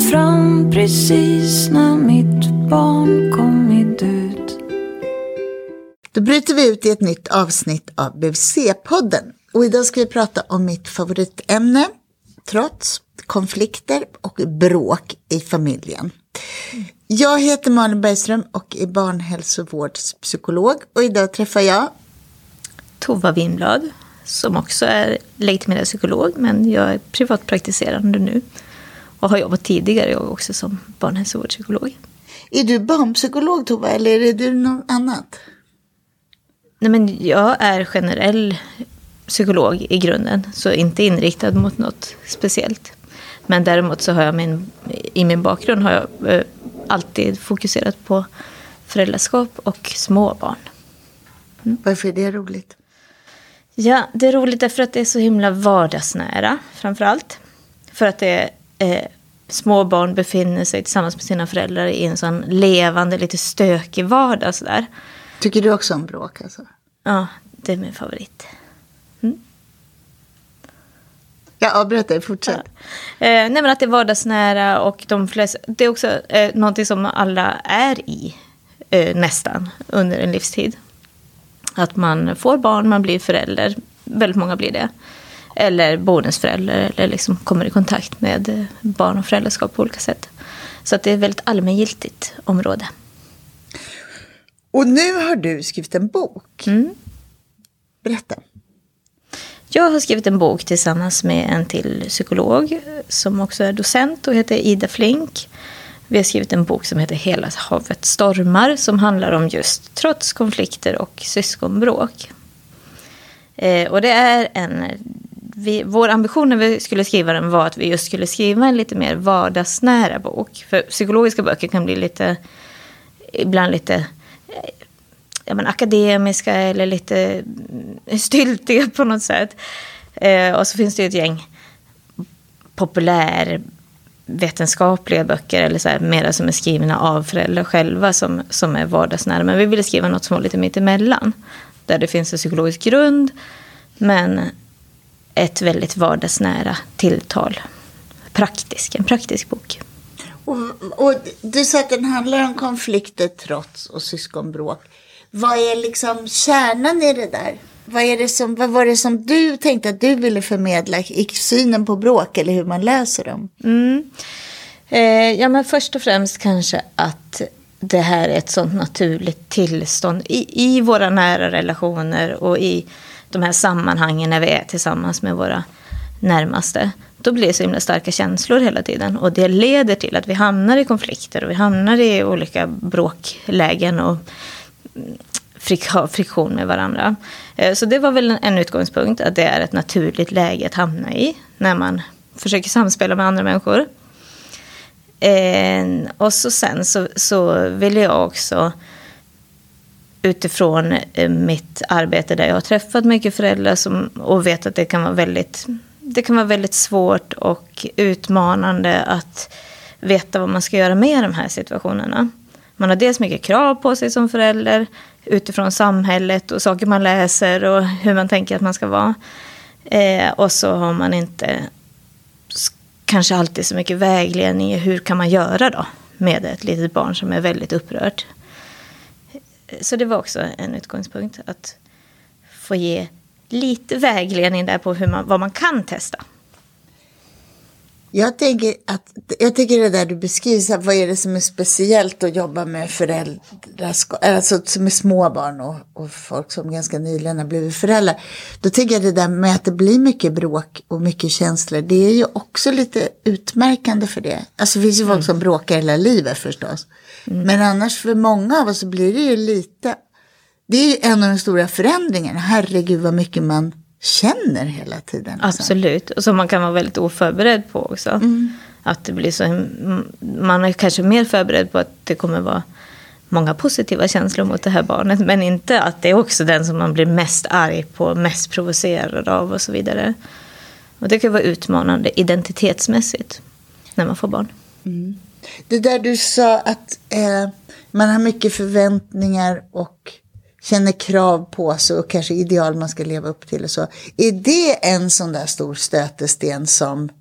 fram precis när mitt barn kommit ut. Då bryter vi ut i ett nytt avsnitt av BVC-podden. Och idag ska vi prata om mitt favoritämne, trots, konflikter och bråk i familjen. Jag heter Malin Bergström och är barnhälsovårdspsykolog. Och idag träffar jag Tova Winblad, som också är legitimerad psykolog, men jag är privatpraktiserande nu. Och har jobbat tidigare jag också som barnhälsovårdspsykolog. Är du barnpsykolog, Tova, eller är du något annat? Nej, men jag är generell psykolog i grunden, så inte inriktad mot något speciellt. Men däremot så har jag i min bakgrund har jag alltid fokuserat på föräldraskap och småbarn. Varför är det roligt? Ja, det är roligt därför att det är så himla vardagsnära framförallt. För att det är små barn befinner sig tillsammans med sina föräldrar i en sån levande, lite stökig vardag sådär. Tycker du också om bråk alltså? Ja, det är min favorit. Jag avbröt dig, fortsätt. Ja. Nej, men att det är vardagsnära och de flesta, det är också någonting som alla är i nästan under en livstid. Att man får barn, man blir förälder, väldigt många blir det. Eller bonusförälder, eller liksom kommer i kontakt med barn och föräldraskap på olika sätt. Så att det är ett väldigt allmängiltigt område. Och nu har du skrivit en bok. Berätta. Jag har skrivit en bok tillsammans med en till psykolog som också är docent och heter Ida Flink. Vi har skrivit en bok som heter Hela havet stormar, som handlar om just trots konflikter och syskonbråk. Och det är vår ambition när vi skulle skriva den var att vi just skulle skriva en lite mer vardagsnära bok. För psykologiska böcker kan bli ibland lite akademiska eller lite styltiga på något sätt. Och så finns det ju ett gäng populärvetenskapliga böcker eller så här, mera som är skrivna av föräldrar själva som är vardagsnära. Men vi ville skriva något som var lite mitt emellan. Där det finns en psykologisk grund men ett väldigt vardagsnära tilltal. En praktisk bok. Och du sa att den handlar om konflikter, trots och syskonbråk. Vad är liksom kärnan i det där? Vad var det som du tänkte att du ville förmedla i synen på bråk eller hur man läser dem? Ja, men först och främst kanske att det här är ett sånt naturligt tillstånd i våra nära relationer och i de här sammanhangen när vi är tillsammans med våra närmaste. Då blir det så himla starka känslor hela tiden. Och det leder till att vi hamnar i konflikter och vi hamnar i olika bråklägen och friktion med varandra. Så det var väl en utgångspunkt att det är ett naturligt läge att hamna i när man försöker samspela med andra människor. Och sen så vill jag också utifrån mitt arbete där jag har träffat mycket föräldrar och vet att det kan vara väldigt svårt och utmanande att veta vad man ska göra med de här situationerna. Man har dels mycket krav på sig som förälder utifrån samhället och saker man läser och hur man tänker att man ska vara. Och så har man inte kanske alltid så mycket vägledning i hur kan man göra då med ett litet barn som är väldigt upprört. Så det var också en utgångspunkt att få ge lite vägledning där på vad man kan testa. Jag tycker det där du beskriver, vad är det som är speciellt att jobba med föräldraskap, alltså som är små barn och folk som ganska nyligen har blivit föräldrar. Då tycker jag det där med att det blir mycket bråk och mycket känslor, det är ju också lite utmärkande för det. Alltså det finns ju folk som bråkar hela livet förstås. Men annars för många av oss så blir det ju lite, det är ju en av de stora förändringarna. Herregud vad mycket man känner hela tiden. Absolut. Och som man kan vara väldigt oförberedd på också. Att det blir så, man är kanske mer förberedd på att det kommer vara många positiva känslor mot det här barnet. Men inte att det är också den som man blir mest arg på, mest provocerad av och så vidare. Och det kan vara utmanande identitetsmässigt när man får barn. Det där du sa att man har mycket förväntningar och känner krav på sig och kanske ideal man ska leva upp till och så. Är det en sån där stor stötesten som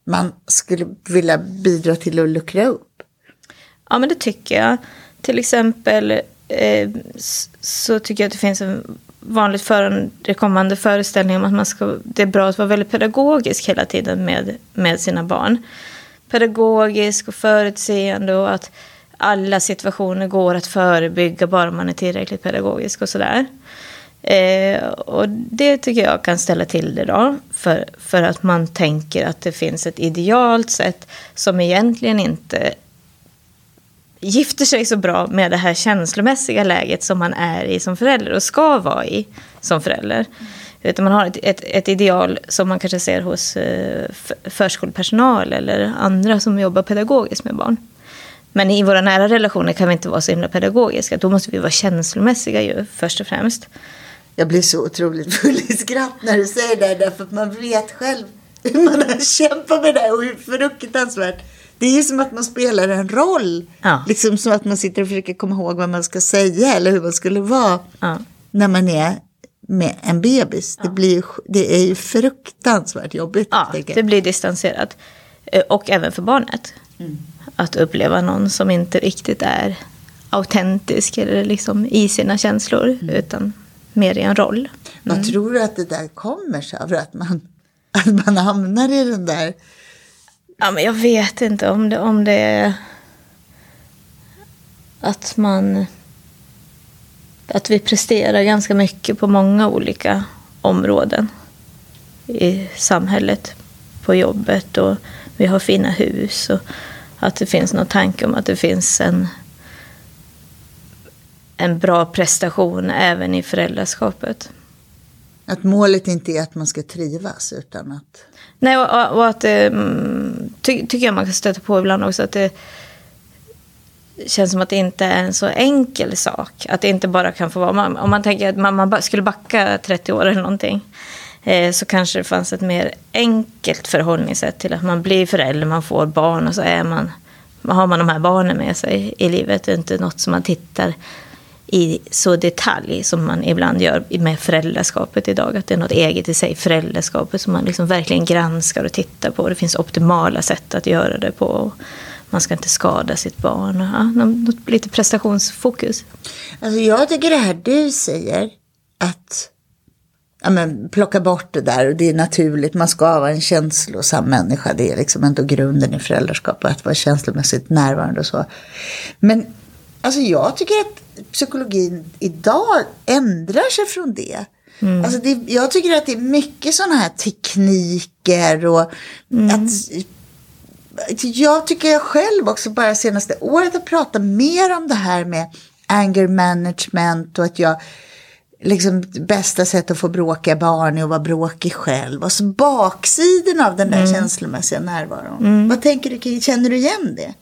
man skulle vilja bidra till att luckra upp? Ja, men det tycker jag. Till exempel så tycker jag att det finns en vanligt förekommande föreställning om att det är bra att vara väldigt pedagogisk hela tiden med sina barn. Pedagogisk och förutseende, och att alla situationer går att förebygga bara man är tillräckligt pedagogisk och sådär. Och det tycker jag kan ställa till det då. För att man tänker att det finns ett idealt sätt som egentligen inte gifter sig så bra med det här känslomässiga läget som man är i som förälder och ska vara i som förälder. Utan man har ett ideal som man kanske ser hos förskolepersonal eller andra som jobbar pedagogiskt med barn. Men i våra nära relationer kan vi inte vara så himla pedagogiska. Då måste vi vara känslomässiga ju, först och främst. Jag blir så otroligt full i skratt när du säger det, därför att man vet själv hur man har kämpat med det och hur fruktansvärt. Det är ju som att man spelar en roll. Ja. Liksom som att man sitter och försöker komma ihåg vad man ska säga eller hur man skulle vara när man är med en bebis. Ja. Det är ju fruktansvärt jobbigt. Ja, det blir distanserat. Och även för barnet. Mm. Att uppleva någon som inte riktigt är autentisk eller liksom i sina känslor utan mer i en roll. Vad tror du att det där kommer sig av att man hamnar i den där? Ja, men jag vet inte om det är att vi presterar ganska mycket på många olika områden i samhället, på jobbet, och vi har fina hus, och att det finns någon tanke om att det finns en bra prestation även i föräldraskapet. Att målet inte är att man ska trivas utan att... Nej, och att tycker jag man kan stöta på ibland också, att det känns som att det inte är en så enkel sak. Att det inte bara kan få vara... Om man tänker att man skulle backa 30 år eller någonting, så kanske det fanns ett mer enkelt förhållningssätt till att man blir förälder, man får barn och så har man de här barnen med sig i livet. Det är inte något som man tittar i så detalj som man ibland gör med föräldraskapet idag. Att det är något eget i sig, föräldraskapet, som man liksom verkligen granskar och tittar på. Det finns optimala sätt att göra det på. Man ska inte skada sitt barn. Något lite prestationsfokus. Alltså jag tycker det här du säger, att plocka bort det där, och det är naturligt, man ska vara en känslosam människa, det är liksom ändå grunden i föräldraskapet, att vara känslomässigt närvarande och så. Men alltså jag tycker att psykologin idag ändrar sig från det. Alltså jag tycker att det är mycket sådana här tekniker och jag tycker jag själv också bara senaste året har pratat mer om det här med anger management, och att jag liksom bästa sätt att få bråka barn är att vara bråkig själv. Och så baksidan av den där känslomässiga närvaron. Vad tänker du? Känner du igen det?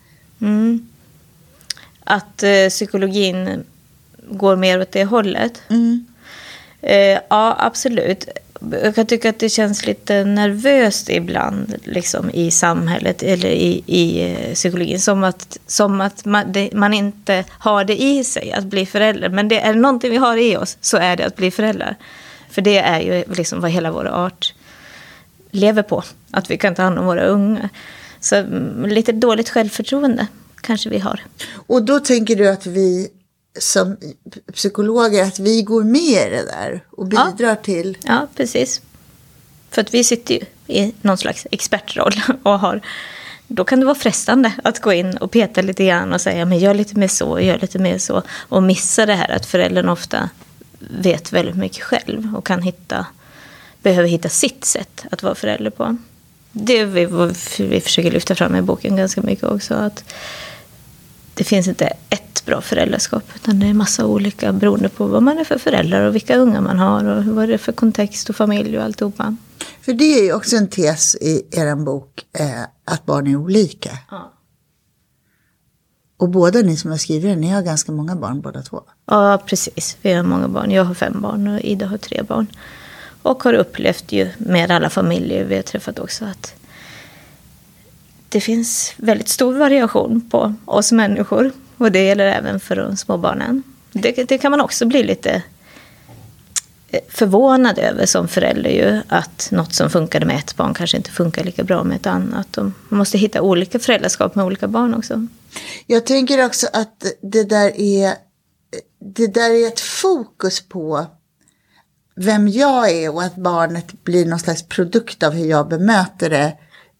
Att psykologin går mer åt det hållet. Ja, absolut. Jag kan tycka att det känns lite nervöst ibland liksom, i samhället eller i psykologin. Som att man inte har det i sig att bli förälder. Men det är någonting vi har i oss, så är det att bli föräldrar. För det är ju liksom vad hela vår art lever på. Att vi kan ta hand om våra unga. Så lite dåligt självförtroende kanske vi har. Och då tänker du att vi som psykologer, att vi går med i det där och bidrar till... Ja, precis. För att vi sitter ju i någon slags expertroll och då kan det vara frestande att gå in och peta lite grann och säga, men gör lite mer så, och missa det här att föräldern ofta vet väldigt mycket själv och behöver hitta sitt sätt att vara förälder på. Det vi försöker lyfta fram i boken ganska mycket också, att det finns inte ett bra föräldraskap, utan det är massa olika beroende på vad man är för föräldrar och vilka unga man har och vad det är för kontext och familj och alltihopa. För det är ju också en tes i er bok, att barn är olika. Ja. Och båda ni som har skrivit den, ni har ganska många barn båda två. Ja, precis. Vi har många barn. Jag har 5 barn och Ida har 3 barn. Och har upplevt ju med alla familjer vi har träffat också att det finns väldigt stor variation på oss människor. Och det gäller även för de små barnen. Det kan man också bli lite förvånad över som förälder ju att något som funkade med ett barn kanske inte funkar lika bra med ett annat. Och man måste hitta olika föräldraskap med olika barn också. Jag tänker också att det där är ett fokus på vem jag är och att barnet blir någon slags produkt av hur jag bemöter det.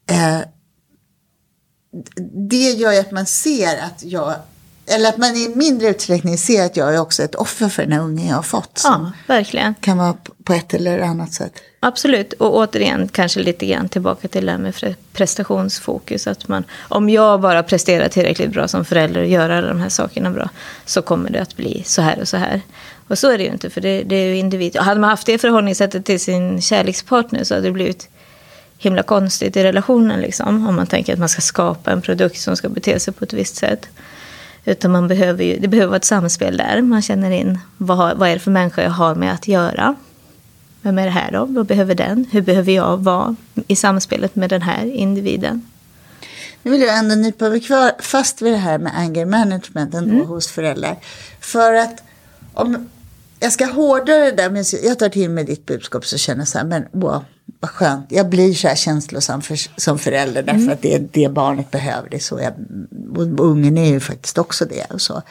Det gör ju att man ser att eller att man i mindre utsträckning ser att jag är också ett offer för den här ungen jag har fått. Ja, verkligen. Kan vara på ett eller annat sätt. Absolut, och återigen kanske lite grann tillbaka till det här med prestationsfokus. Att om jag bara presterar tillräckligt bra som förälder och gör alla de här sakerna bra, så kommer det att bli så här och så här. Och så är det ju inte, för det är ju individ. Och hade man haft det förhållningssättet till sin kärlekspartner så hade det blivit himla konstigt i relationen liksom. Om man tänker att man ska skapa en produkt som ska bete sig på ett visst sätt. Utan det behöver vara ett samspel där. Man känner in vad är det för människa jag har med att göra. Vem är det här då? Vad behöver den? Hur behöver jag vara i samspelet med den här individen? Nu vill jag ändå nypa mig fast vid det här med anger management ändå hos föräldrar. För att om jag ska hårdare det där, men jag tar till med ditt budskap så känner jag så här, men wow, vad skönt. Jag blir så här känslosam som förälder därför att det är det barnet behöver. Det är så och ungen är ju faktiskt också det och så.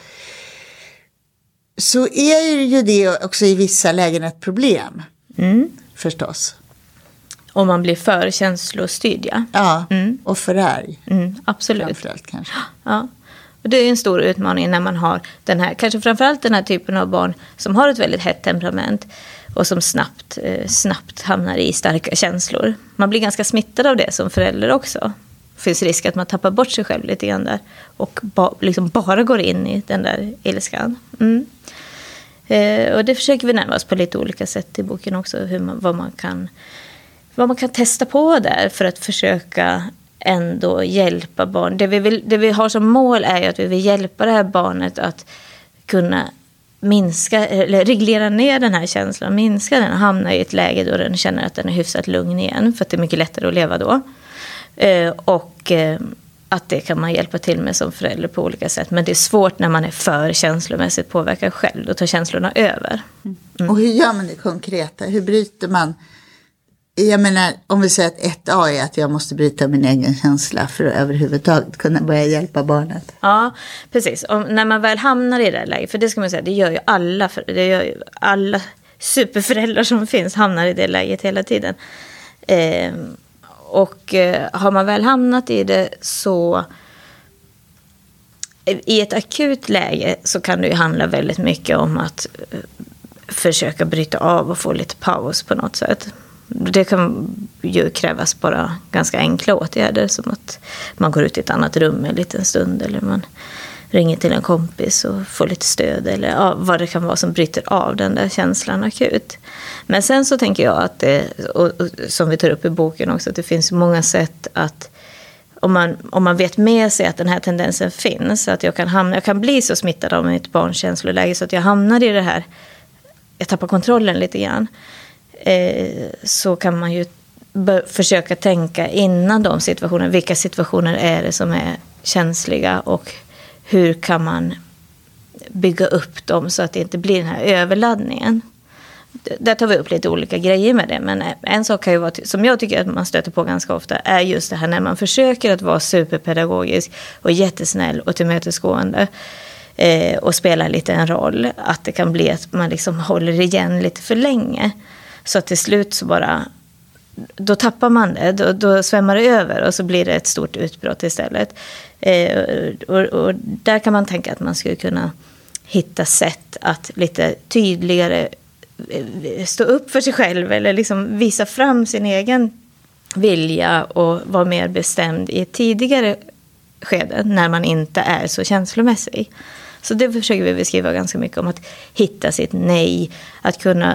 Så är ju det också i vissa lägen ett problem. Förstås. Om man blir för känslostyrd, ja. Ja, och för arg. Absolut. Framförallt kanske. Ja. Och det är en stor utmaning när man har den här, kanske framförallt den här typen av barn som har ett väldigt hett temperament och som snabbt hamnar i starka känslor. Man blir ganska smittad av det som förälder också. Det finns risk att man tappar bort sig själv lite grann där och liksom bara går in i den där ilskan. Och det försöker vi närma oss på lite olika sätt i boken också, vad man kan testa på där för att försöka ändå hjälpa barn. Det vi har som mål är ju att vi vill hjälpa det här barnet att kunna minska eller reglera ner den här känslan, minska den och hamna i ett läge då den känner att den är hyfsat lugn igen, för att det är mycket lättare att leva då. Och att det kan man hjälpa till med som förälder på olika sätt. Men det är svårt när man är för känslomässigt påverkad själv. Då tar känslorna över. Och hur gör man det konkreta? Hur bryter man? Jag menar, om vi säger att 1A är att jag måste bryta min egen känsla för att överhuvudtaget kunna börja hjälpa barnet. Ja, precis. Och när man väl hamnar i det läget, för det ska man säga, det gör ju alla superföräldrar som finns hamnar i det läget hela tiden. Och har man väl hamnat i det så i ett akut läge så kan det ju handla väldigt mycket om att försöka bryta av och få lite paus på något sätt. Det kan ju krävas bara ganska enkla åtgärder som att man går ut i ett annat rum en liten stund eller man ringer till en kompis och får lite stöd eller vad det kan vara som bryter av den där känslan akut. Men sen så tänker jag att och som vi tar upp i boken också, att det finns många sätt att om man vet med sig att den här tendensen finns, att jag kan bli så smittad av mitt barns känsloläge så att jag hamnar i det här, jag tappar kontrollen lite grann, så kan man ju försöka tänka innan de situationerna, vilka situationer är det som är känsliga och hur kan man bygga upp dem så att det inte blir den här överladdningen. Där tar vi upp lite olika grejer med det, men en sak kan ju vara, som jag tycker att man stöter på ganska ofta, är just det här när man försöker att vara superpedagogisk och jättesnäll och tillmötesgående och spela lite en roll, att det kan bli att man liksom håller igen lite för länge. Så att till slut så bara, då tappar man det, då svämmar det över och så blir det ett stort utbrott istället. Och där kan man tänka att man skulle kunna hitta sätt att lite tydligare stå upp för sig själv eller liksom visa fram sin egen vilja och vara mer bestämd i ett tidigare skede när man inte är så känslomässig. Så det försöker vi beskriva ganska mycket om, att hitta sitt nej, att kunna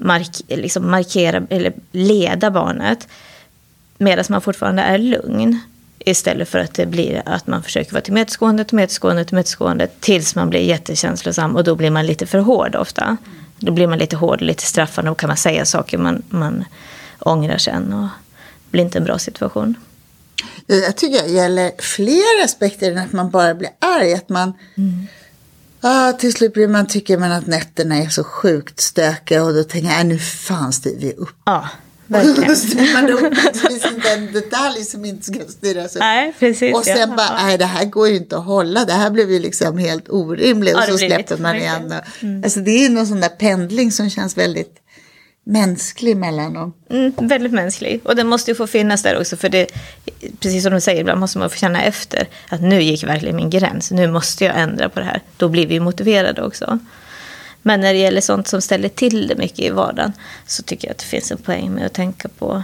markera eller leda barnet medan man fortfarande är lugn, istället för att det blir att man försöker vara tillmötesgående tills man blir jättekänslosam och då blir man lite för hård ofta. Då blir man lite hård, lite straffande och kan man säga saker man ångrar sen och det blir inte en bra situation. Jag tycker det gäller fler aspekter än att man bara blir arg. Att man Ja, till slut tycker man att nätterna är så sjukt stökiga och då tänker jag, nu fan stiger vi upp. Ja, verkligen. Och då styr man upp, det finns inte en detalj som inte ska styras upp. Nej, precis. Och sen nej, det här går ju inte att hålla, det här blev ju liksom helt orimligt. Och så släpper man igen. Alltså det är någon sån där pendling som känns väldigt mänsklig mellan dem. Väldigt mänsklig. Och den måste ju få finnas där också. För det, precis som de säger, ibland måste man få känna efter. Att nu gick verkligen min gräns. Nu måste jag ändra på det här. Då blir vi motiverade också. Men när det gäller sånt som ställer till det mycket i vardagen. Så tycker jag att det finns en poäng med att tänka på.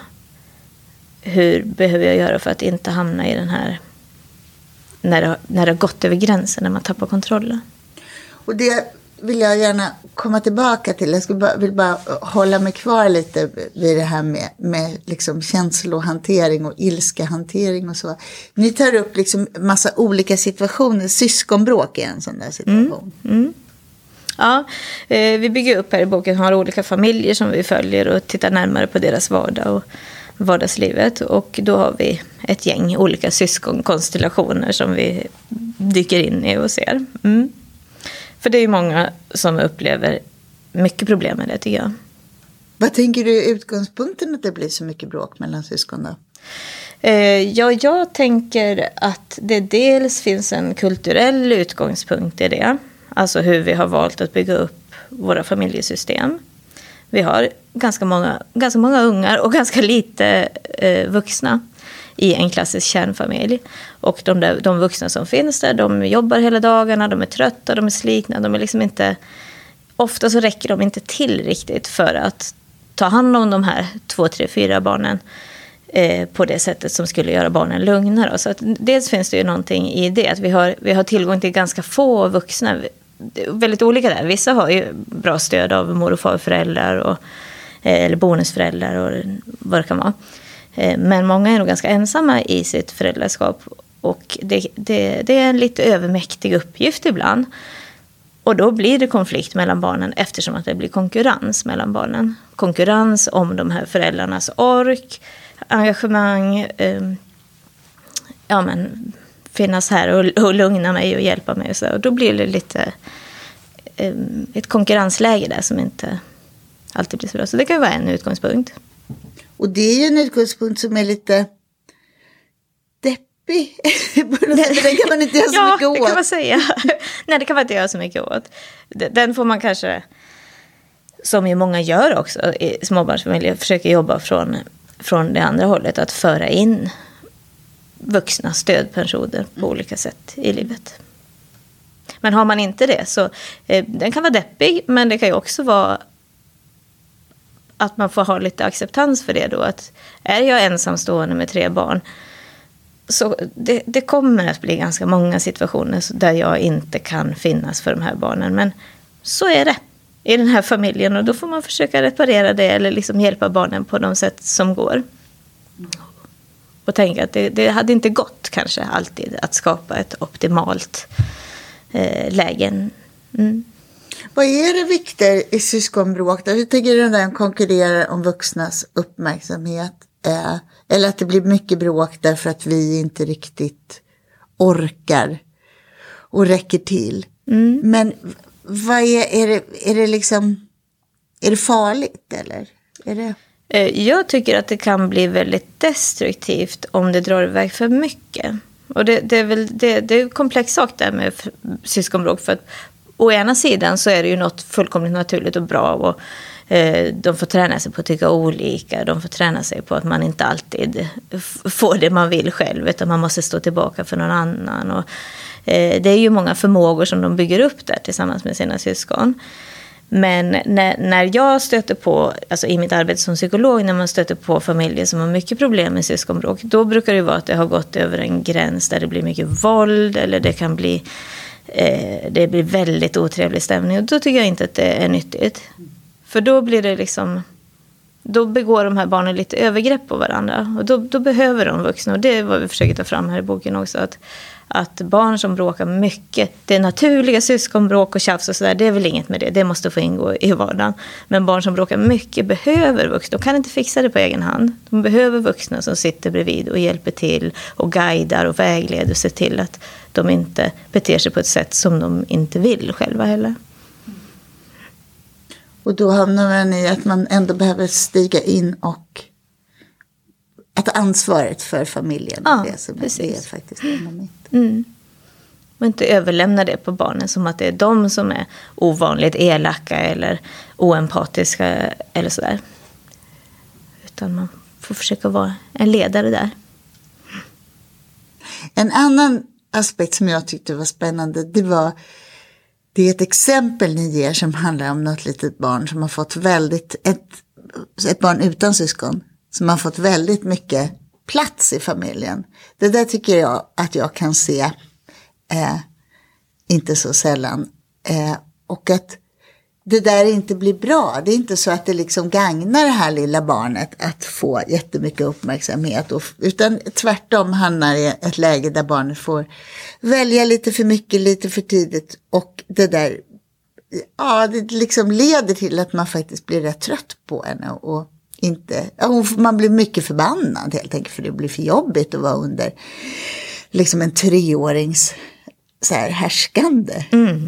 Hur behöver jag göra för att inte hamna i den här. När det har gått över gränsen. När man tappar kontrollen. Och det vill jag gärna komma tillbaka till. Jag vill bara hålla mig kvar lite vid det här med liksom känslohantering och ilskahantering och så. Ni tar upp liksom massa olika situationer. Syskonbråk är en sån där situation. Ja, vi bygger upp här i boken, har olika familjer som vi följer och tittar närmare på deras vardag och vardagslivet. Och då har vi ett gäng olika syskonkonstellationer som vi dyker in i och ser. För det är ju många som upplever mycket problem med det, tycker jag. Vad tänker du är utgångspunkten att det blir så mycket bråk mellan syskon då? Ja, jag tänker att det dels finns en kulturell utgångspunkt i det. Alltså hur vi har valt att bygga upp våra familjesystem. Vi har ganska många ungar och ganska lite vuxna i en klassisk kärnfamilj. Och de vuxna som finns där, de jobbar hela dagarna, de är trötta, de är slitna, de är liksom inte. Ofta så räcker de inte till riktigt för att ta hand om de här 2, 3, 4 barnen på det sättet som skulle göra barnen lugnare. Så att dels finns det ju någonting i det, att vi har tillgång till ganska få vuxna. Det är väldigt olika där. Vissa har ju bra stöd av mor- och farföräldrar eller bonusföräldrar och vad det kan vara. Men många är nog ganska ensamma i sitt föräldraskap. Och det är en lite övermäktig uppgift ibland. Och då blir det konflikt mellan barnen eftersom att det blir konkurrens mellan barnen. Konkurrens om de här föräldrarnas ork, engagemang, finnas här och lugna mig och hjälpa mig. Och så. Och då blir det lite ett konkurrensläge där som inte alltid blir så bra. Så det kan ju vara en utgångspunkt. Och det är ju en utgångspunkt som är lite deppig. Det kan man inte göra så mycket åt. Ja, det kan man säga. Nej, det kan man inte göra så mycket åt. Den får man kanske, som ju många gör också i småbarnsfamiljer, försöka jobba från det andra hållet. Att föra in vuxna stödpersoner på olika sätt i livet. Men har man inte det så den kan vara deppig, men det kan ju också vara att man får ha lite acceptans för det då. Att är jag ensamstående med 3 barn så det kommer att bli ganska många situationer där jag inte kan finnas för de här barnen. Men så är det i den här familjen och då får man försöka reparera det eller liksom hjälpa barnen på de sätt som går. Och tänka att det hade inte gått kanske alltid att skapa ett optimalt läge. Vad är det viktiga i syskonbråk? Jag tycker den där konkurrerar om vuxnas uppmärksamhet. Eller att det blir mycket bråk därför att vi inte riktigt orkar och räcker till. Men vad är det liksom, är det farligt eller? Är det? Jag tycker att det kan bli väldigt destruktivt om det drar iväg för mycket. Och det är en komplex sak där med syskonbråk. För att å ena sidan så är det ju något fullkomligt naturligt och bra. Och de får träna sig på att tycka olika. De får träna sig på att man inte alltid får det man vill själv. Utan man måste stå tillbaka för någon annan. Och det är ju många förmågor som de bygger upp där tillsammans med sina syskon. Men när jag stöter på, alltså i mitt arbete som psykolog, när man stöter på familjer som har mycket problem med syskonbråk, då brukar det vara att det har gått över en gräns där det blir mycket våld eller det kan bli det blir väldigt otrevlig stämning och då tycker jag inte att det är nyttigt. För då blir det liksom, då begår de här barnen lite övergrepp på varandra och då behöver de vuxna och det är vad vi försöker ta fram här i boken också, att barn som bråkar mycket, det naturliga syskonbråk och tjafs och sådär, det är väl inget med det. Det måste få ingå i vardagen. Men barn som bråkar mycket behöver vuxna. De kan inte fixa det på egen hand. De behöver vuxna som sitter bredvid och hjälper till och guidar och vägleder och ser till att de inte beter sig på ett sätt som de inte vill själva heller. Och då hamnar man i att man ändå behöver stiga in och att ansvaret för familjen. Ja, det som precis. Det är faktiskt dynamit. Och inte överlämna det på barnen som att det är de som är ovanligt elaka eller oempatiska eller sådär. Utan man får försöka vara en ledare där. En annan aspekt som jag tyckte var spännande, det är ett exempel ni ger som handlar om något litet barn som har fått ett barn utan syskon som har fått väldigt mycket plats i familjen. Det där tycker jag att jag kan se inte så sällan. Och att det där inte blir bra. Det är inte så att det liksom gagnar det här lilla barnet att få jättemycket uppmärksamhet. Utan tvärtom hamnar i ett läge där barnet får välja lite för mycket, lite för tidigt. Och det där, ja, det liksom leder till att man faktiskt blir rätt trött på henne. Och man blir mycket förbannad helt enkelt, för det blir för jobbigt att vara under liksom en 3-årings så här härskande.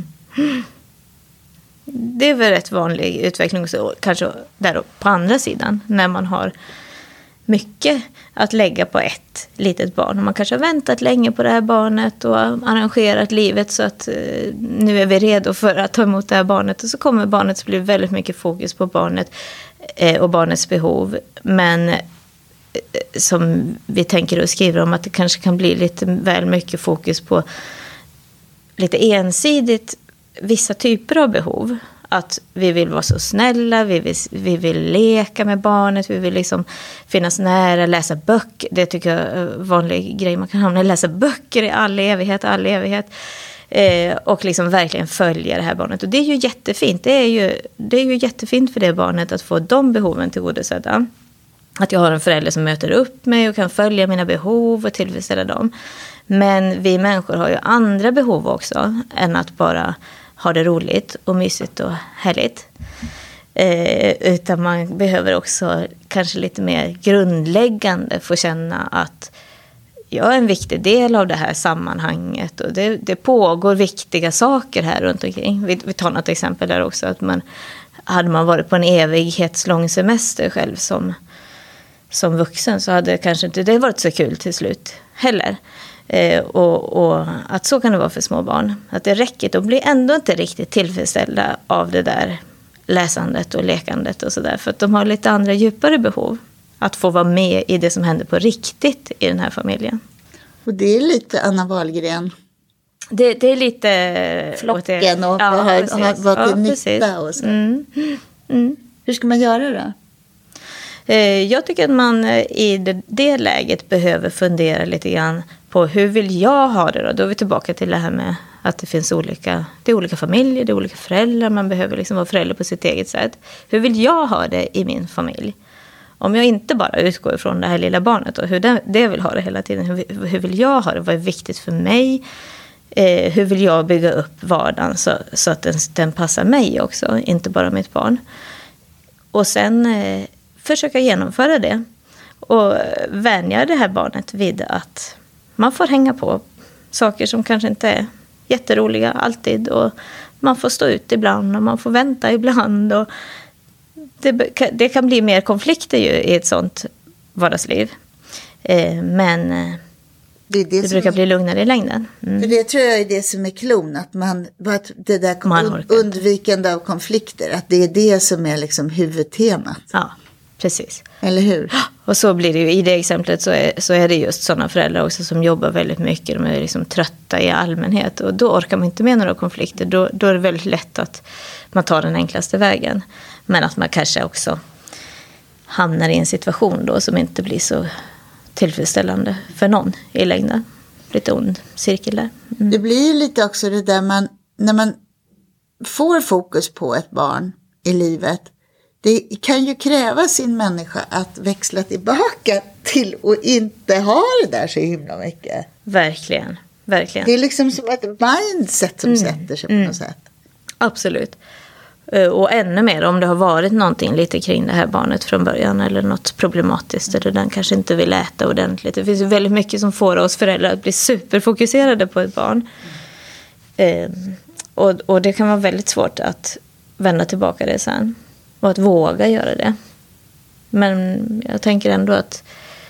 Det är väl rätt vanlig utveckling också, kanske där på andra sidan, när man har mycket att lägga på ett litet barn. Och man kanske har väntat länge på det här barnet och arrangerat livet så att nu är vi redo för att ta emot det här barnet. Och så kommer barnet att bli väldigt mycket fokus på barnet och barnets behov. Men som vi tänker och skriver om, att det kanske kan bli lite väl mycket fokus på lite ensidigt vissa typer av behov. Att vi vill vara så snälla, vi vill leka med barnet, vi vill liksom finnas nära, läsa böcker. Det tycker jag är en vanlig grej man kan hamna i, läsa böcker i all evighet. Och liksom verkligen följa det här barnet. Och det är ju jättefint. Det är ju jättefint för det barnet att få de behoven tillgodosedda. Att jag har en förälder som möter upp mig och kan följa mina behov och tillfredsställa dem. Men vi människor har ju andra behov också än att bara ha det roligt och mysigt och härligt. Utan man behöver också kanske lite mer grundläggande få känna att jag är en viktig del av det här sammanhanget. Och det pågår viktiga saker här runt omkring. Vi tar något exempel där också. Att hade man varit på en evighetslång semester själv som vuxen, så hade kanske inte det varit så kul till slut heller. Och att så kan det vara för små barn. Att det räcker, de blir ändå inte riktigt tillfredsställda av det där läsandet och lekandet och sådär. För att de har lite andra djupare behov. Att få vara med i det som händer på riktigt i den här familjen. Och det är lite Anna Wahlgren. Det är lite... Flocken och vad till nytta och så. Hur ska man göra då? Jag tycker att man i det läget behöver fundera lite grann på hur vill jag ha det då? Då är vi tillbaka till det här med att det är olika familjer, det är olika föräldrar. Man behöver liksom vara förälder på sitt eget sätt. Hur vill jag ha det i min familj? Om jag inte bara utgår ifrån det här lilla barnet och hur det vill ha det hela tiden. Hur vill jag ha det? Vad är viktigt för mig? Hur vill jag bygga upp vardagen så att den passar mig också, inte bara mitt barn? Och sen försöka genomföra det och vänja det här barnet vid att man får hänga på saker som kanske inte är jätteroliga alltid, och man får stå ut ibland och man får vänta ibland, och det kan bli mer konflikter ju i ett sånt vardagsliv. Men det brukar bli lugnare i längden. För det tror jag är det som är klon, att det där undvikande av konflikter, att det är det som är liksom huvudtemat. Ja, precis. Eller hur? Och så blir det ju, i det exemplet så är det just sådana föräldrar också som jobbar väldigt mycket. De är liksom trötta i allmänhet, och då orkar man inte med några konflikter. Då är det väldigt lätt att man tar den enklaste vägen. Men att man kanske också hamnar i en situation då som inte blir så tillfredsställande för någon i längden. Lite ond cirkel där. Det blir ju lite också det där när man får fokus på ett barn i livet. Det kan ju kräva sin människa att växla tillbaka till och inte ha det där så himla mycket. Verkligen, verkligen. Det är liksom som ett mindset som sätter sig på något sätt. Absolut. Och ännu mer om det har varit någonting lite kring det här barnet från början eller något problematiskt eller den kanske inte vill äta ordentligt. Det finns ju väldigt mycket som får oss föräldrar att bli superfokuserade på ett barn. Och det kan vara väldigt svårt att vända tillbaka det sen och att våga göra det. Men jag tänker ändå att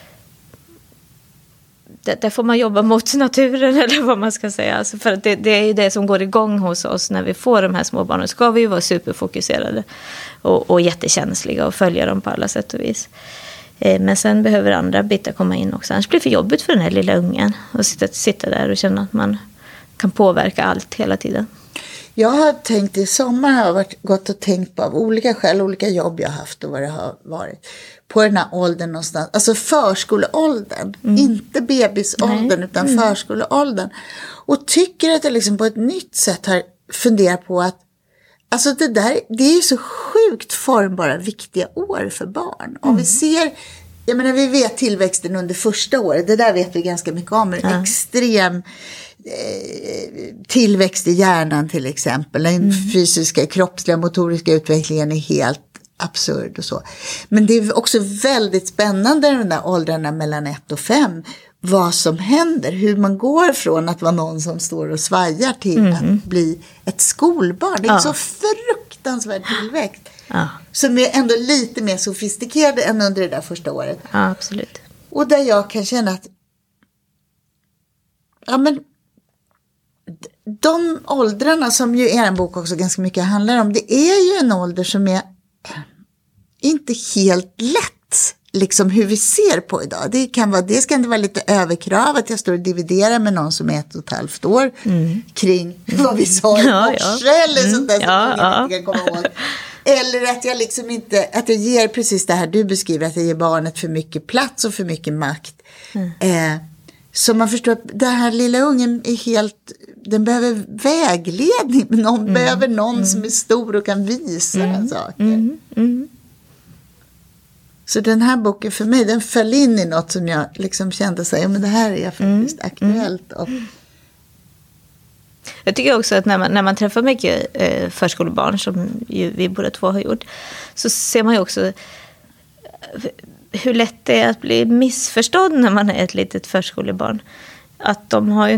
där får man jobba mot naturen eller vad man ska säga. Alltså för att det är ju det som går igång hos oss när vi får de här små barnen. Ska vi ju vara superfokuserade och jättekänsliga och följa dem på alla sätt och vis. Men sen behöver andra bitar komma in också. Annars blir det för jobbigt för den här lilla ungen att sitta där och känna att man kan påverka allt hela tiden. Jag har tänkt i sommar, har jag gått och tänkt på av olika skäl, olika jobb jag har haft och vad det har varit. På den här åldern någonstans, alltså förskoleåldern, inte bebisåldern utan förskoleåldern. Och tycker att jag liksom på ett nytt sätt har funderat på att alltså det är ju så sjukt formbara, viktiga år för barn. Om vi ser, jag menar vi vet tillväxten under första året, det där vet vi ganska mycket om, extrem tillväxt i hjärnan till exempel. Den fysiska, kroppsliga, motoriska utvecklingen är helt absurd och så. Men det är också väldigt spännande de där åldrarna mellan 1 och 5. Vad som händer, hur man går från att vara någon som står och svajar till att bli ett skolbarn. Det är så fruktansvärd tillväxt. Som är ändå lite mer sofistikerad än under det där första året. Ja, absolut. Och där jag kan känna att ja men de åldrarna som ju er bok också ganska mycket handlar om, det är ju en ålder som är inte helt lätt liksom hur vi ser på idag. Det ska inte vara lite överkrav att jag står och dividerar med någon som är 1,5 år kring vad vi sa i morse eller sånt där som jag inte kan komma ihåg. Eller att jag liksom inte, att jag ger precis det här du beskriver, att jag ger barnet för mycket plats och för mycket makt. Så man förstår att den här lilla ungen är helt, den behöver vägledning. Någon behöver någon som är stor och kan visa saker. Så den här boken för mig, den föll in i något som jag liksom kände sig, ja men det här är faktiskt aktuellt. Och jag tycker också att när man träffar mycket förskolebarn, som ju vi båda två har gjort, så ser man ju också hur lätt det är att bli missförstådd när man är ett litet förskolebarn. Att de har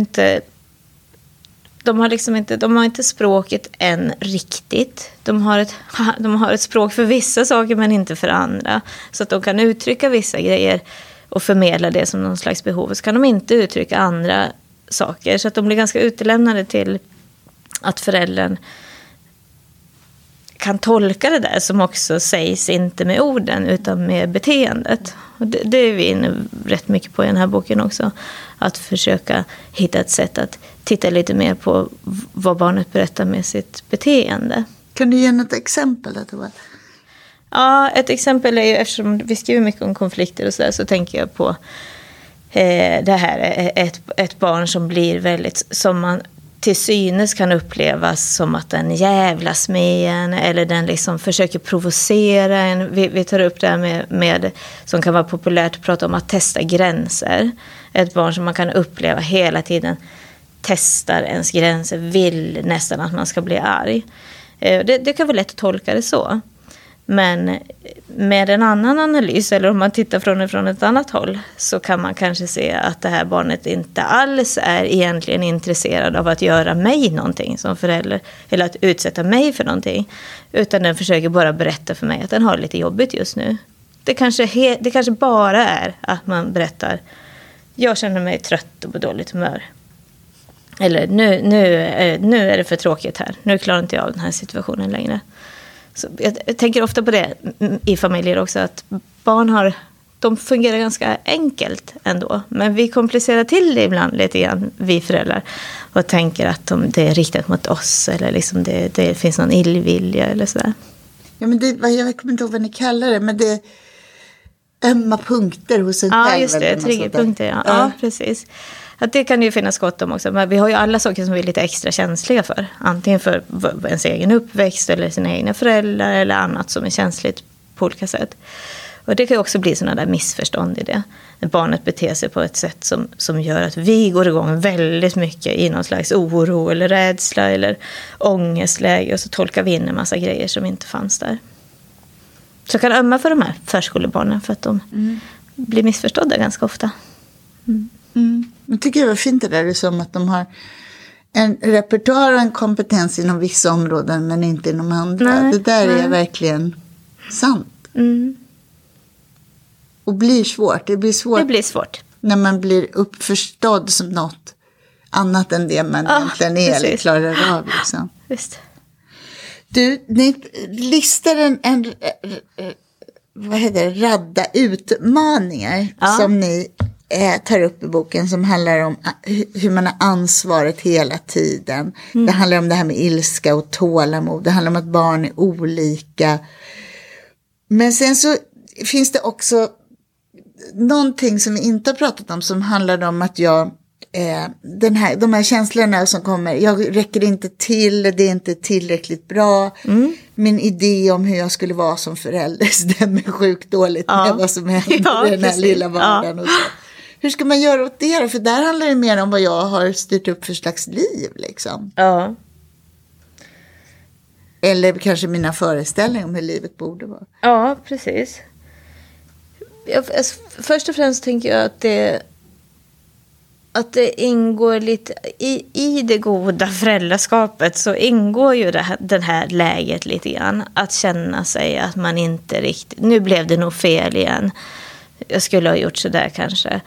inte språket än riktigt. De har ett språk för vissa saker men inte för andra. Så att de kan uttrycka vissa grejer och förmedla det som någon slags behov. Så kan de inte uttrycka andra saker. Så att de blir ganska utelämnade till att föräldern kan tolka det där som också sägs inte med orden utan med beteendet. Och det är vi inne rätt mycket på i den här boken också. Att försöka hitta ett sätt att titta lite mer på vad barnet berättar med sitt beteende. Kan du ge något exempel? Ja, ett exempel är ju, eftersom vi skriver mycket om konflikter och så tänker jag på det här ett barn som blir väldigt, som man till synes kan upplevas som att den jävlas med en eller den liksom försöker provocera en. Vi tar upp det här med som kan vara populärt att prata om att testa gränser. Ett barn som man kan uppleva hela tiden testar ens gränser, vill nästan att man ska bli arg. Det kan vara lätt att tolka det så. Men med en annan analys, eller om man tittar från ett annat håll, så kan man kanske se att det här barnet inte alls är egentligen intresserad av att göra mig någonting som förälder, eller att utsätta mig för någonting, utan den försöker bara berätta för mig att den har lite jobbigt just nu. Det kanske bara är att man berättar, jag känner mig trött och på dåligt humör. Eller nu är det för tråkigt här, nu klarar inte jag av den här situationen längre. Så jag tänker ofta på det i familjer också, att barn de fungerar ganska enkelt ändå. Men vi komplicerar till det ibland lite grann, vi föräldrar. Och tänker att det är riktat mot oss, eller liksom det finns någon illvilja eller sådär. Ja, men jag kommer inte ihåg vad ni kallar det, men det är ömma punkter hos en själv. Ja, just det, triggerpunkter, ja, precis. Att det kan ju finnas gott om också. Men vi har ju alla saker som vi är lite extra känsliga för. Antingen för ens egen uppväxt eller sina egna föräldrar eller annat som är känsligt på olika sätt. Och det kan ju också bli sådana där missförstånd i det. När barnet beter sig på ett sätt som gör att vi går igång väldigt mycket i någon slags oro eller rädsla eller ångestläge. Och så tolkar vi in en massa grejer som inte fanns där. Så jag kan ömma för de här förskolebarnen för att de blir missförstådda ganska ofta. Jag tycker det var fint det där du sa om att de har en repertoar och en kompetens inom vissa områden men inte inom andra. Det där är verkligen sant. Och blir svårt. Det blir svårt. När man blir uppförstådd som något annat än det man egentligen är eller klarar av. Liksom. Visst. Du, ni listar en radda utmaningar som ni tar upp i boken som handlar om hur man har ansvaret hela tiden. Det handlar om det här med ilska och tålamod. Det handlar om att barn är olika. Men sen så finns det också någonting som vi inte har pratat om som handlar om att de här känslorna som kommer, jag räcker inte till, det är inte tillräckligt bra. Min idé om hur jag skulle vara som förälder stämmer sjukt dåligt med vad som händer i den här lilla vardagen och så. Hur ska man göra åt det då? För där handlar det mer om vad jag har styrt upp för slags liv liksom. Ja. Eller kanske mina föreställningar om hur livet borde vara. Ja, precis. Först och främst tänker jag att det ingår lite i det goda föräldraskapet, så ingår ju det här läget lite grann. Att känna sig att man inte riktigt, nu blev det nog fel igen. Jag skulle ha gjort så där kanske.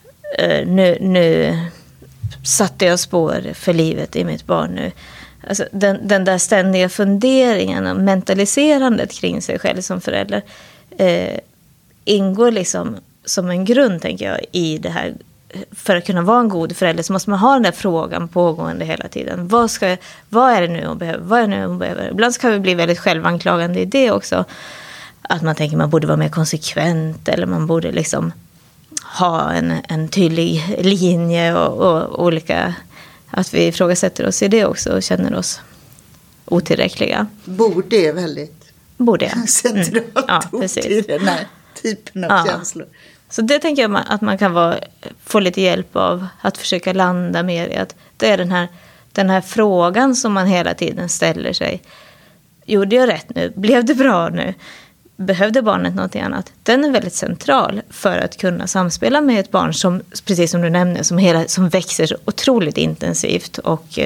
Nu satte jag spår för livet i mitt barn nu. Alltså den där ständiga funderingen och mentaliserandet kring sig själv som förälder ingår liksom som en grund, tänker jag, i det här. För att kunna vara en god förälder så måste man ha den där frågan pågående hela tiden. Vad är det nu hon behöver? Vad är det nu hon behöver? Ibland så kan vi bli väldigt självanklagande i det också. Att man tänker man borde vara mer konsekvent, eller man borde liksom ha en tydlig linje och olika, att vi ifrågasätter oss i det också och känner oss otillräckliga. Borde är väldigt centralt precis. I den här typen av känslor. Så det tänker jag att man kan få lite hjälp av, att försöka landa mer i att det är den här frågan som man hela tiden ställer sig. Gjorde jag rätt nu? Blev det bra nu? Behövde barnet något annat? Den är väldigt central för att kunna samspela med ett barn som, precis som du nämnde, som växer så otroligt intensivt och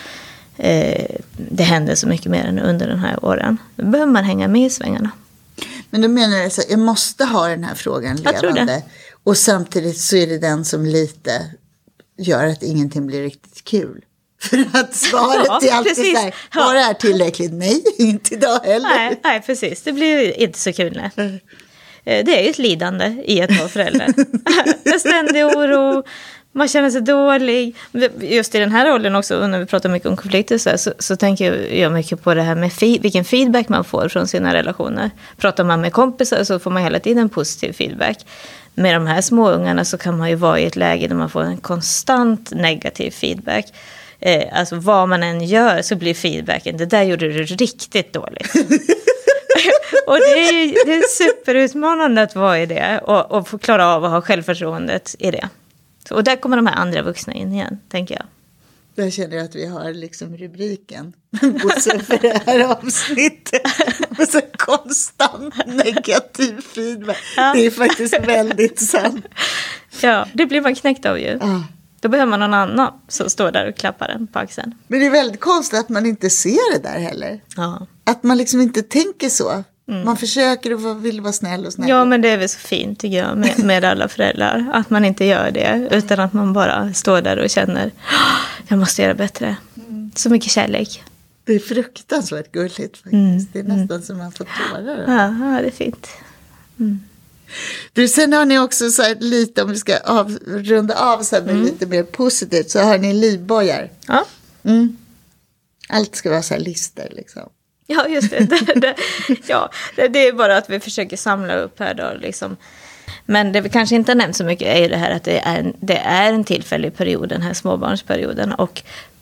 det händer så mycket mer än under den här åren. Då behöver man hänga med i svängarna. Men då menar jag så jag måste ha den här frågan levande. Och samtidigt så är det den som lite gör att ingenting blir riktigt kul. För att svaret är alltid så här, var det här tillräckligt? Nej, inte idag heller. Nej, precis. Det blir inte så kul. Det är ju ett lidande i att vara förälder. En ständig oro, man känner sig dålig. Just i den här rollen också, när vi pratar mycket om konflikter så tänker jag mycket på det här med vilken feedback man får från sina relationer. Pratar man med kompisar så får man hela tiden positiv feedback. Med de här små ungarna så kan man ju vara i ett läge där man får en konstant negativ feedback. Alltså vad man än gör så blir feedbacken, det där gjorde du riktigt dåligt. Och det är superutmanande att vara i det och få klara av att ha självförtroendet i det. Och där kommer de här andra vuxna in igen, tänker jag. Jag känner att vi har liksom rubriken för det här avsnittet. Så konstant negativ feedback. Ja. Det är faktiskt väldigt sant. Ja, det blir man knäckt av ju. Då behöver man någon annan som står där och klappar den på axeln. Men det är väldigt konstigt att man inte ser det där heller. Ja. Att man liksom inte tänker så. Man försöker och vill vara snäll och snäll. Ja, men det är väl så fint, tycker jag, med alla föräldrar. Att man inte gör det, utan att man bara står där och känner jag måste göra bättre. Så mycket kärlek. Det är fruktansvärt gulligt faktiskt. Det är nästan som man får tårar. Ja, det är fint. Du, sen har ni också så här lite, om vi ska runda av så här med lite mer positivt, så har ni livbojar. Ja. Allt ska vara så här lister liksom. Ja, just det. Det är bara att vi försöker samla upp här då liksom. Men det vi kanske inte har nämnt så mycket är ju det här att det är en tillfällig period, den här småbarnsperioden. Och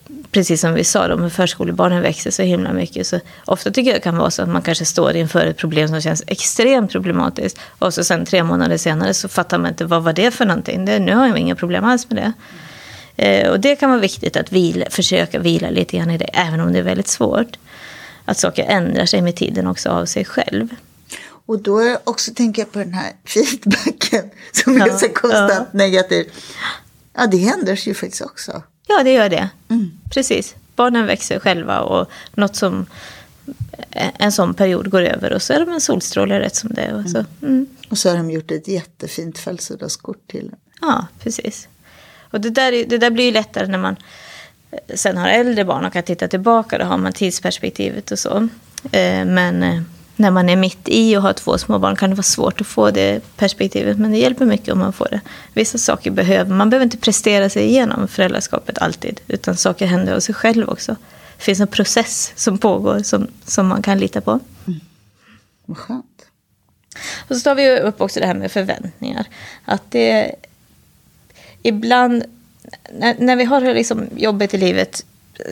precis som vi sa då, med förskolebarnen växer så himla mycket. Så ofta tycker jag det kan vara så att man kanske står inför ett problem som känns extremt problematiskt. Och så sen 3 månader senare så fattar man inte vad var det för någonting. Nu har jag inga problem alls med det. Och det kan vara viktigt att försöka vila lite grann i det, även om det är väldigt svårt. Att saker ändrar sig med tiden också av sig själv. Och då också tänker jag på den här feedbacken som är så konstant negativ. Ja, det ändras ju faktiskt också. Ja, det gör det. Precis. Barnen växer själva och något som en sån period går över och så är de en solstråle rätt som det. Och så, och så har de gjort ett jättefint födelsedagskort till. Ja, precis. Och det där blir ju lättare när man sen har äldre barn och kan titta tillbaka. Då har man tidsperspektivet och så. Men när man är mitt i och har 2 små barn kan det vara svårt att få det perspektivet. Men det hjälper mycket om man får det. Vissa saker man behöver inte prestera sig igenom föräldraskapet alltid. Utan saker händer av sig själv också. Det finns en process som pågår som man kan lita på. Vad skönt. Och så tar vi upp också det här med förväntningar. Att det ibland, när vi har liksom jobbet i livet,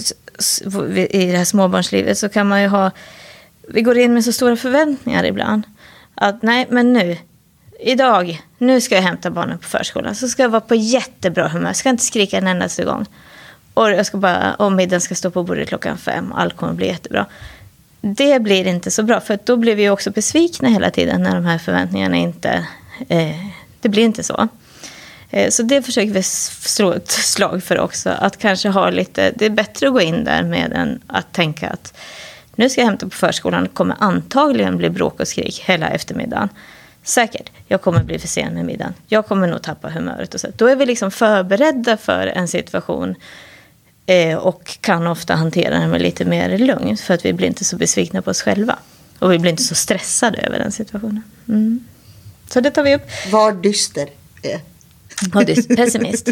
i det här småbarnslivet, så kan man ju vi går in med så stora förväntningar ibland. Att nej, men nu ska jag hämta barnen på förskolan. Så ska jag vara på jättebra humör. Jag ska inte skrika en endaste gång. Och middagen ska stå på bordet 5:00. Allt kommer bli jättebra. Det blir inte så bra. För då blir vi också besvikna hela tiden när de här förväntningarna inte... det blir inte så. Så det försöker vi slå ett slag för också. Att kanske ha lite... Det är bättre att gå in där med än att tänka att nu ska jag hämta på förskolan. Det kommer antagligen bli bråk och skrik hela eftermiddagen. Säkert. Jag kommer bli för sen med middagen. Jag kommer nog tappa humöret. Och så. Då är vi liksom förberedda för en situation. Och kan ofta hantera den med lite mer lugn. För att vi blir inte så besvikna på oss själva. Och vi blir inte så stressade över den situationen. Så det tar vi upp. Var dyster är. Pessimist.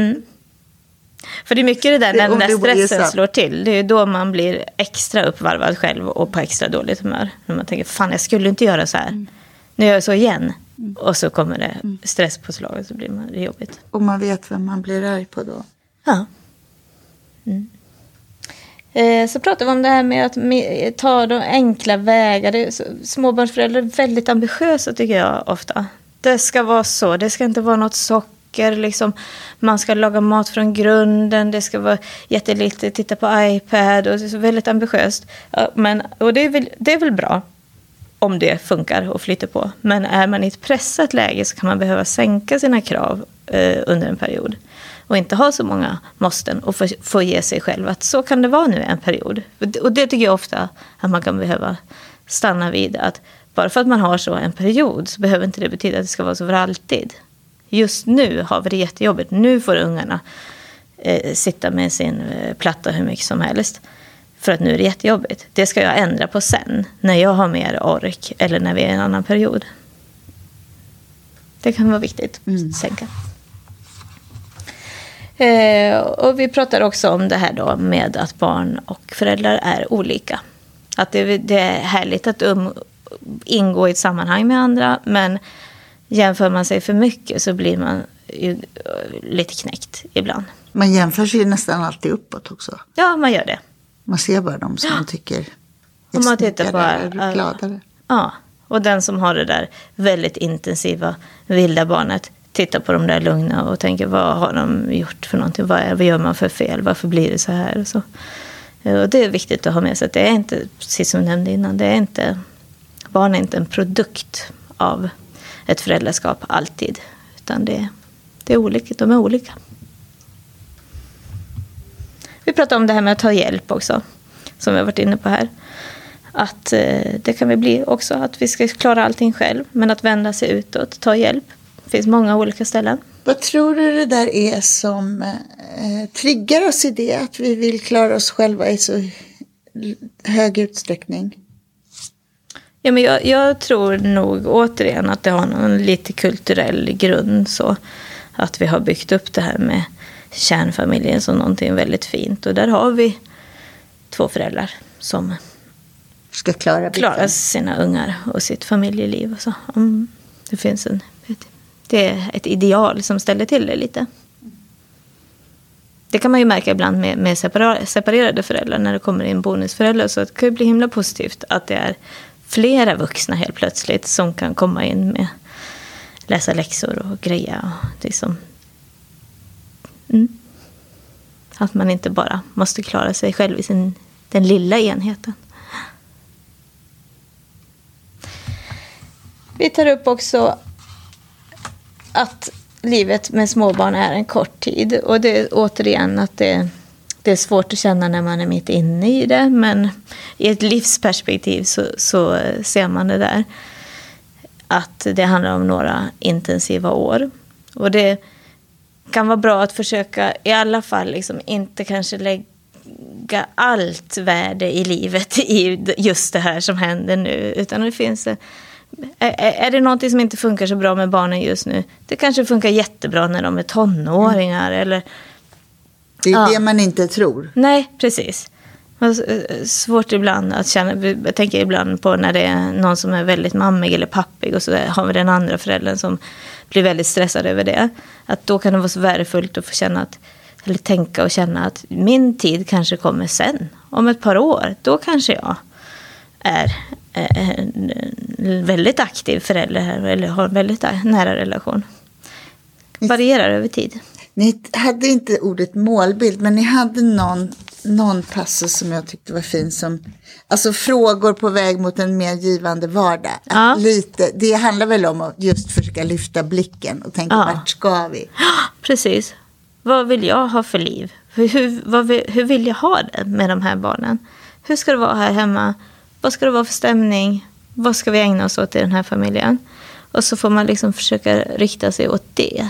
För det är mycket det där när stressen slår till. Det är då man blir extra uppvarvad själv och på extra dåligt humör. När man tänker, fan jag skulle inte göra så här. Nu gör jag så igen. Och så kommer det stress på slaget, så blir det jobbigt. Och man vet vem man blir arg på då. Ja. Så pratar vi om det här med att ta de enkla vägar. Småbarnsföräldrar är väldigt ambitiösa tycker jag ofta. Det ska vara så. Det ska inte vara något socker. Liksom. Man ska laga mat från grunden. Det ska vara jättelite. Titta på iPad. Och det är så väldigt ambitiöst. Och det är väl bra. Om det funkar och flyter på. Men är man i ett pressat läge så kan man behöva sänka sina krav under en period. Och inte ha så många måsten och få ge sig själv att så kan det vara nu en period. Och det tycker jag ofta att man kan behöva stanna vid. Att bara för att man har så en period så behöver inte det betyda att det ska vara så för alltid. Just nu har vi det jättejobbigt. Nu får ungarna sitta med sin platta hur mycket som helst. För att nu är det jättejobbigt. Det ska jag ändra på sen. När jag har mer ork. Eller när vi är i en annan period. Det kan vara viktigt. Sänka. Och vi pratar också om det här då. Med att barn och föräldrar är olika. Att det är härligt att ingå i ett sammanhang med andra. Men jämför man sig för mycket så blir man ju lite knäckt ibland. Man jämför sig nästan alltid uppåt också. Ja, man gör det. Man ser bara dem som man tycker är om man tittar på eller gladare. Ja, och den som har det där väldigt intensiva vilda barnet tittar på de där lugna och tänker vad har de gjort för någonting? Vad gör man för fel? Varför blir det så här? Och så. Och det är viktigt att ha med sig att det är inte, precis som jag nämnde innan, barn är inte en produkt av ett föräldraskap alltid. Utan det är olika, de är olika. Vi pratar om det här med att ta hjälp också, som vi har varit inne på här. Att det kan väl bli också att vi ska klara allting själv, men att vända sig utåt, ta hjälp. Det finns många olika ställen. Vad tror du det där är som triggar oss i det, att vi vill klara oss själva i så hög utsträckning? Ja, men jag tror nog återigen att det har någon lite kulturell grund, så att vi har byggt upp det här med kärnfamiljen som någonting väldigt fint. Och där har vi 2 föräldrar som ska klara sina ungar och sitt familjeliv. Och så. Det finns det är ett ideal som ställer till det lite. Det kan man ju märka ibland med separerade föräldrar när det kommer in bonusföräldrar. Så det kan ju bli himla positivt att det är flera vuxna helt plötsligt som kan komma in med läsa läxor och greja. Och liksom, att man inte bara måste klara sig själv i den lilla enheten. Vi tar upp också att livet med småbarn är en kort tid. Och det är återigen att det är svårt att känna när man är mitt inne i det. Men i ett livsperspektiv så ser man det där. Att det handlar om några intensiva år. Och det kan vara bra att försöka i alla fall liksom inte kanske lägga allt värde i livet i just det här som händer nu. Utan det finns är det någonting som inte funkar så bra med barnen just nu? Det kanske funkar jättebra när de är tonåringar. Eller, det är det man inte tror. Nej, precis. Svårt ibland att känna. Jag tänker ibland på när det är någon som är väldigt mammig eller pappig. Och så har vi den andra föräldern som blir väldigt stressad över det. Att då kan det vara så värdefullt att få känna eller tänka och känna att min tid kanske kommer sen. Om ett par år, då kanske jag är en väldigt aktiv förälder här, eller har en väldigt nära relation. Varierar över tid. Ni hade inte ordet målbild, men ni hade någon passus som jag tyckte var fin, som alltså frågor på väg mot en mer givande vardag. Ja. Det handlar väl om att just försöka lyfta blicken och tänka vart ska vi? Precis. Vad vill jag ha för liv? Hur vill jag ha det med de här barnen? Hur ska det vara här hemma? Vad ska det vara för stämning? Vad ska vi ägna oss åt i den här familjen? Och så får man liksom försöka rikta sig åt det.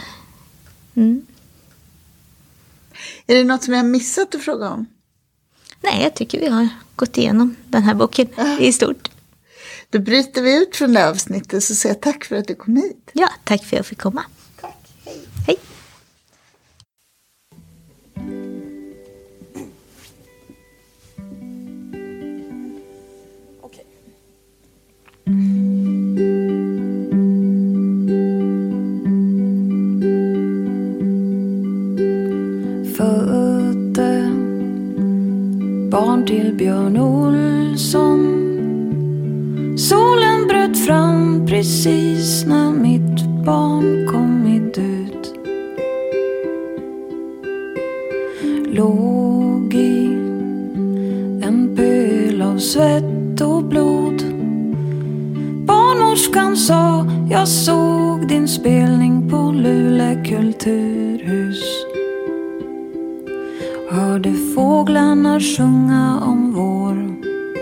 Är det något som jag har missat att fråga om? Nej, jag tycker vi har gått igenom den här boken i stort. Då bryter vi ut från det avsnittet så säger jag tack för att du kom hit. Ja, tack för att jag fick komma. Tack, hej. Hej. Födde barn till Björn Olsson. Solen bröt fram precis när mitt barn kommit ut. Låg i en pöl av svett och blod. Barnmorskan sa, jag såg din spelning på Luleå kulturhus. Hörde fåglarna sjunga om vår.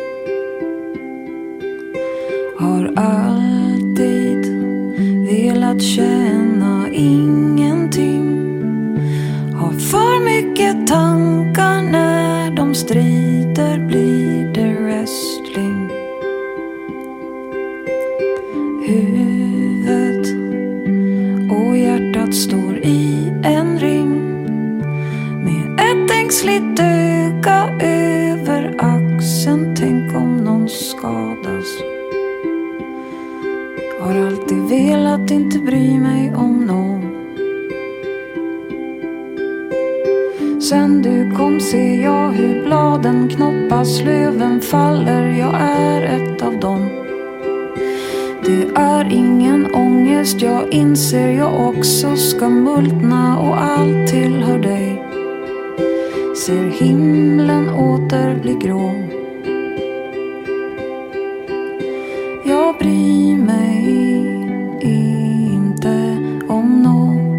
Har alltid velat känna ingenting. Har för mycket tankar när de strider blir det wrestling. Huvudet och hjärtat står i en ring. Med ett ängsligt öga över axeln. Tänk om någon skadas. Har alltid velat inte bry mig om någon. Sen du kom ser jag hur bladen knoppas, löven faller, jag är ett av dem. Det är ingen ångest, jag inser jag också ska multna och allt tillhör dig. Ser himlen åter bli grå. Jag bryr mig inte om någon.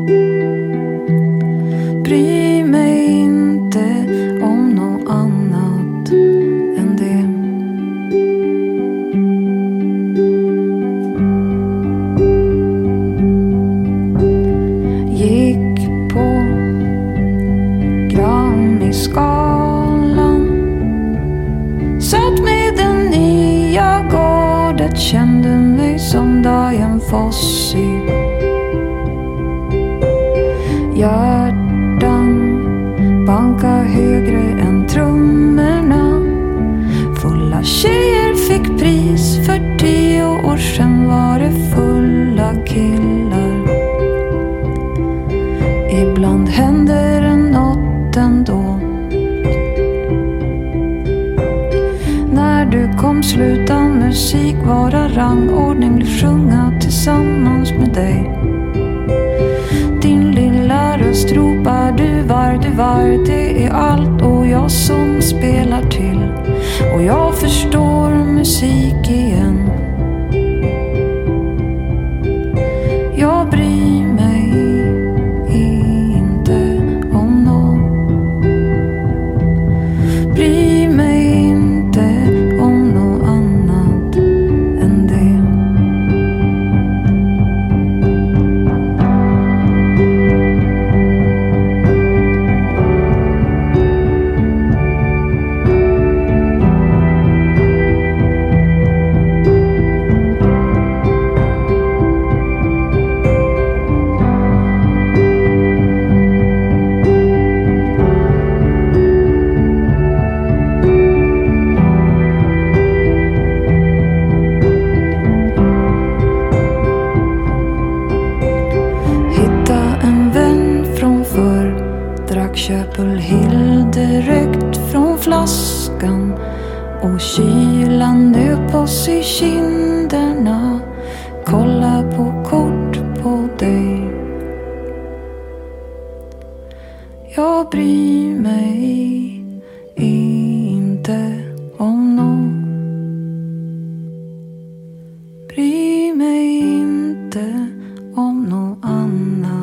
Bryr mig inte om något annat än det. Gick på Grammy-skalan. Satt med den nya gårdet. Kände mig som Dian Fossey. Hjärtan banka högre än trummorna. Fulla tjejer fick pris. För 10 år sedan var det fulla killar. Ibland händer det något du kom sluta musik vara rangordning, bli sjunga tillsammans med dig. Din lilla röst ropar du var, det är allt och jag som spelar till. Och jag förstår musik igen. Jag bryr mig inte om någon. Bryr mig inte om något annat än det. Köpelhill direkt från flaskan och kylan nöp oss i kinderna. Kolla på kort på dig. Jag bryr mig inte om någon. Bryr mig inte om någon annan.